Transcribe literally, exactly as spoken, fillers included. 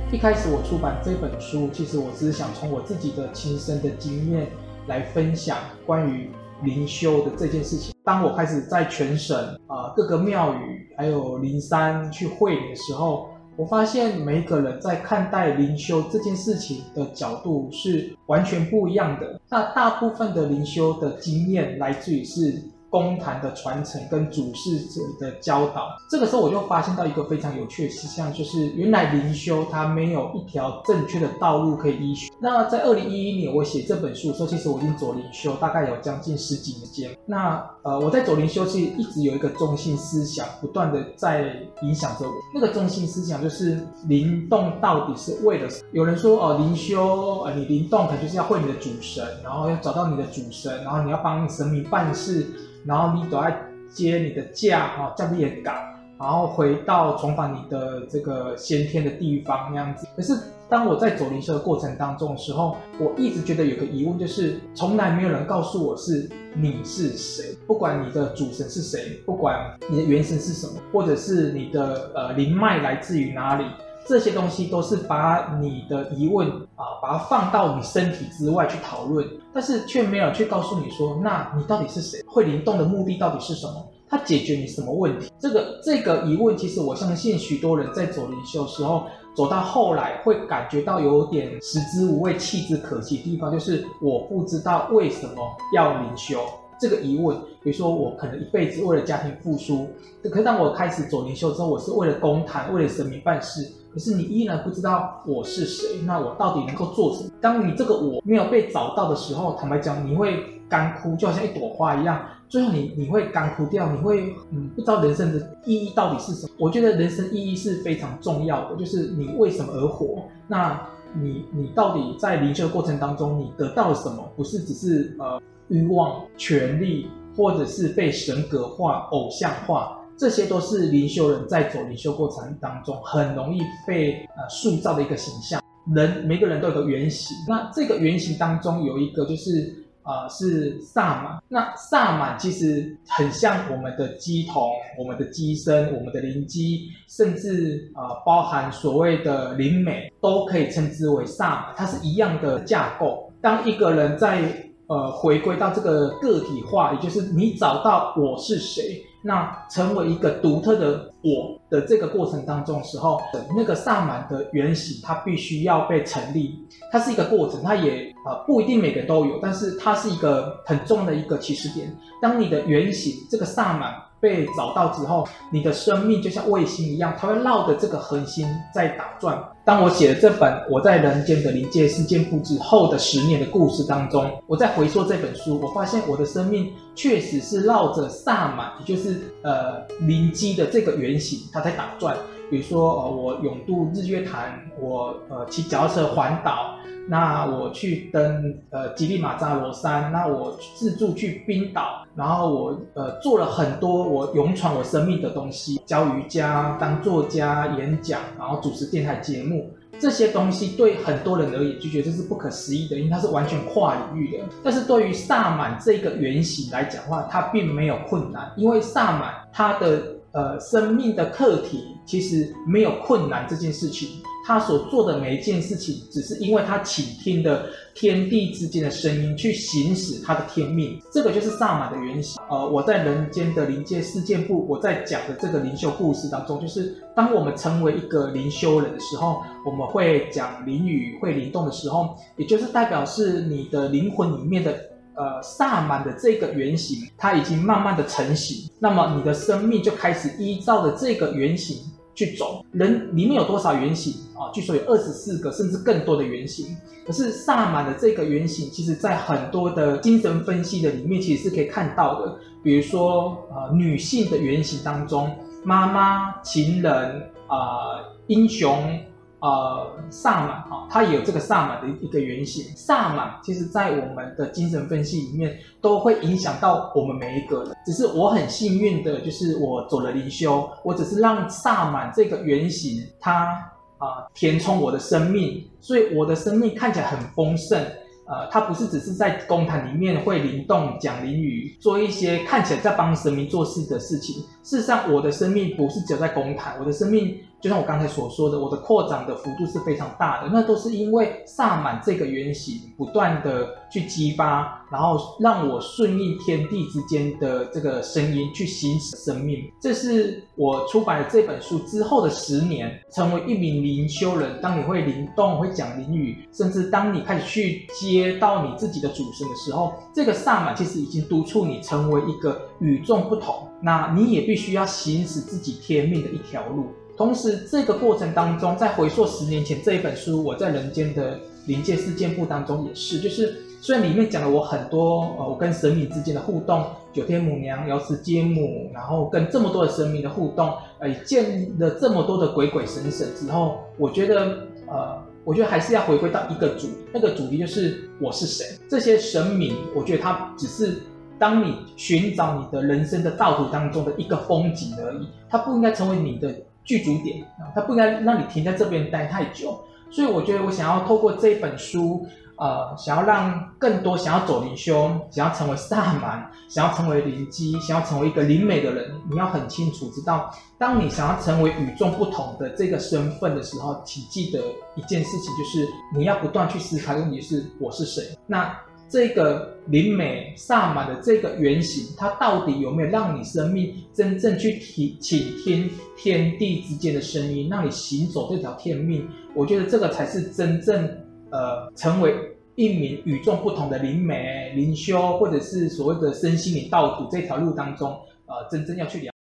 一开始我出版这本书，其实我只是想从我自己的亲身的经验来分享关于灵修的这件事情。当我开始在全省呃各个庙宇还有灵山去会灵的时候，我发现每一个人在看待灵修这件事情的角度是完全不一样的。那大部分的灵修的经验来自于是公坛的传承跟主事者的教导。这个时候我就发现到一个非常有趣的现象，就是原来灵修它没有一条正确的道路可以依循。那在二零一一年我写这本书的时候，其实我已经走灵修大概有将近十几年间。那呃我在走灵修其实一直有一个中心思想不断的在影响着我。那个中心思想就是灵动到底是为了什么？有人说哦、呃、灵修呃你灵动可能就是要会你的主神，然后要找到你的主神，然后你要帮神明办事，然后你都要接你的驾，哦，降你的岗，然后回到重返你的这个先天的地方那样子。可是当我在走灵修的过程当中的时候，我一直觉得有个疑问，就是从来没有人告诉我是你是谁，不管你的主神是谁，不管你的元神是什么，或者是你的呃灵脉来自于哪里，这些东西都是把你的疑问啊，把它放到你身体之外去讨论，但是却没有去告诉你说，那你到底是谁？会灵动的目的到底是什么？它解决你什么问题？这个这个疑问，其实我相信许多人在走灵修的时候，走到后来会感觉到有点食之无味，弃之可惜的地方，就是我不知道为什么要灵修。这个疑问，比如说我可能一辈子为了家庭付出，可是当我开始走灵修之后，我是为了公坛，为了神明办事，可是你依然不知道我是谁，那我到底能够做什么？当你这个我没有被找到的时候，坦白讲，你会干枯，就好像一朵花一样，最后你你会干枯掉，你会嗯不知道人生的意义到底是什么。我觉得人生意义是非常重要的，就是你为什么而活？那你你到底在灵修的过程当中，你得到了什么？不是只是呃欲望、权力，或者是被神格化、偶像化，这些都是灵修人在走灵修过程当中很容易被呃塑造的一个形象。人每个人都有个原型，那这个原型当中有一个就是呃是萨满。那萨满其实很像我们的乩童、我们的乩身、我们的灵机，甚至呃包含所谓的灵媒，都可以称之为萨满，它是一样的架构。当一个人在呃，回归到这个个体化，也就是你找到我是谁，那成为一个独特的我的这个过程当中的时候，那个萨满的原型它必须要被成立，它是一个过程，它也呃不一定每个人都有，但是它是一个很重要的一个起始点。当你的原型这个萨满被找到之后，你的生命就像卫星一样，它会绕着这个恒星在打转。当我写了这本我在人间的灵界事件簿之后的十年的故事当中，我在回溯这本书，我发现我的生命确实是绕着萨满，也就是呃灵机的这个原型，它在打转。比如说呃我泳渡日月潭，我呃骑脚踏车环岛，那我去登呃吉力马扎罗山，那我自助去冰岛，然后我呃做了很多我勇闯我生命的东西，教瑜伽、当作家、演讲，然后主持电台节目。这些东西对很多人而言就觉得这是不可思议的，因为它是完全跨领域的。但是对于萨满这个原型来讲的话，它并没有困难，因为萨满它的呃生命的课题其实没有困难这件事情，他所做的每一件事情只是因为他倾听的天地之间的声音去行使他的天命，这个就是萨满的原型。呃，我在人间的灵界事件簿我在讲的这个灵修故事当中，就是当我们成为一个灵修人的时候，我们会讲灵语、会灵动的时候，也就是代表是你的灵魂里面的呃，萨满的这个原型它已经慢慢的成型，那么你的生命就开始依照着这个原型去走。人里面有多少原型啊？据说有二十四个甚至更多的原型。可是萨满的这个原型其实在很多的精神分析的里面其实是可以看到的。比如说呃，女性的原型当中，妈妈、情人、呃、英雄、呃，萨满啊，它也有这个萨满的一个原型。萨满其实在我们的精神分析里面都会影响到我们每一个人，只是我很幸运的就是我走了灵修，我只是让萨满这个原型它啊、呃、填充我的生命，所以我的生命看起来很丰盛。呃，它不是只是在公坛里面会灵动、讲灵语，做一些看起来在帮神明做事的事情。事实上，我的生命不是只有在公坛，我的生命就像我刚才所说的，我的扩展的幅度是非常大的，那都是因为萨满这个原型不断的去激发，然后让我顺应天地之间的这个声音去行使生命。这是我出版了这本书之后的十年，成为一名灵修人。当你会灵动，会讲灵语，甚至当你开始去接到你自己的主神的时候，这个萨满其实已经督促你成为一个与众不同，那你也必须要行使自己天命的一条路。同时这个过程当中，在回溯十年前这一本书我在人间的灵界事件簿当中也是，就是虽然里面讲了我很多呃我跟神明之间的互动，九天母娘、瑶池接母，然后跟这么多的神明的互动，呃见了这么多的鬼鬼神神之后，我觉得呃我觉得还是要回归到一个主那个主题，就是我是谁。这些神明我觉得它只是当你寻找你的人生的道途当中的一个风景而已，它不应该成为你的剧组点，它不应该让你停在这边待太久。所以我觉得我想要透过这本书呃，想要让更多想要走灵修，想要成为萨满，想要成为灵机，想要成为一个灵媒的人，你要很清楚知道，当你想要成为与众不同的这个身份的时候，请记得一件事情，就是你要不断去思考问题是我是谁。那这个灵媒萨满的这个原型，它到底有没有让你生命真正去倾听天地之间的声音，让你行走这条天命？我觉得这个才是真正呃成为一名与众不同的灵媒、灵修，或者是所谓的身心灵道途这条路当中，呃，真正要去了解。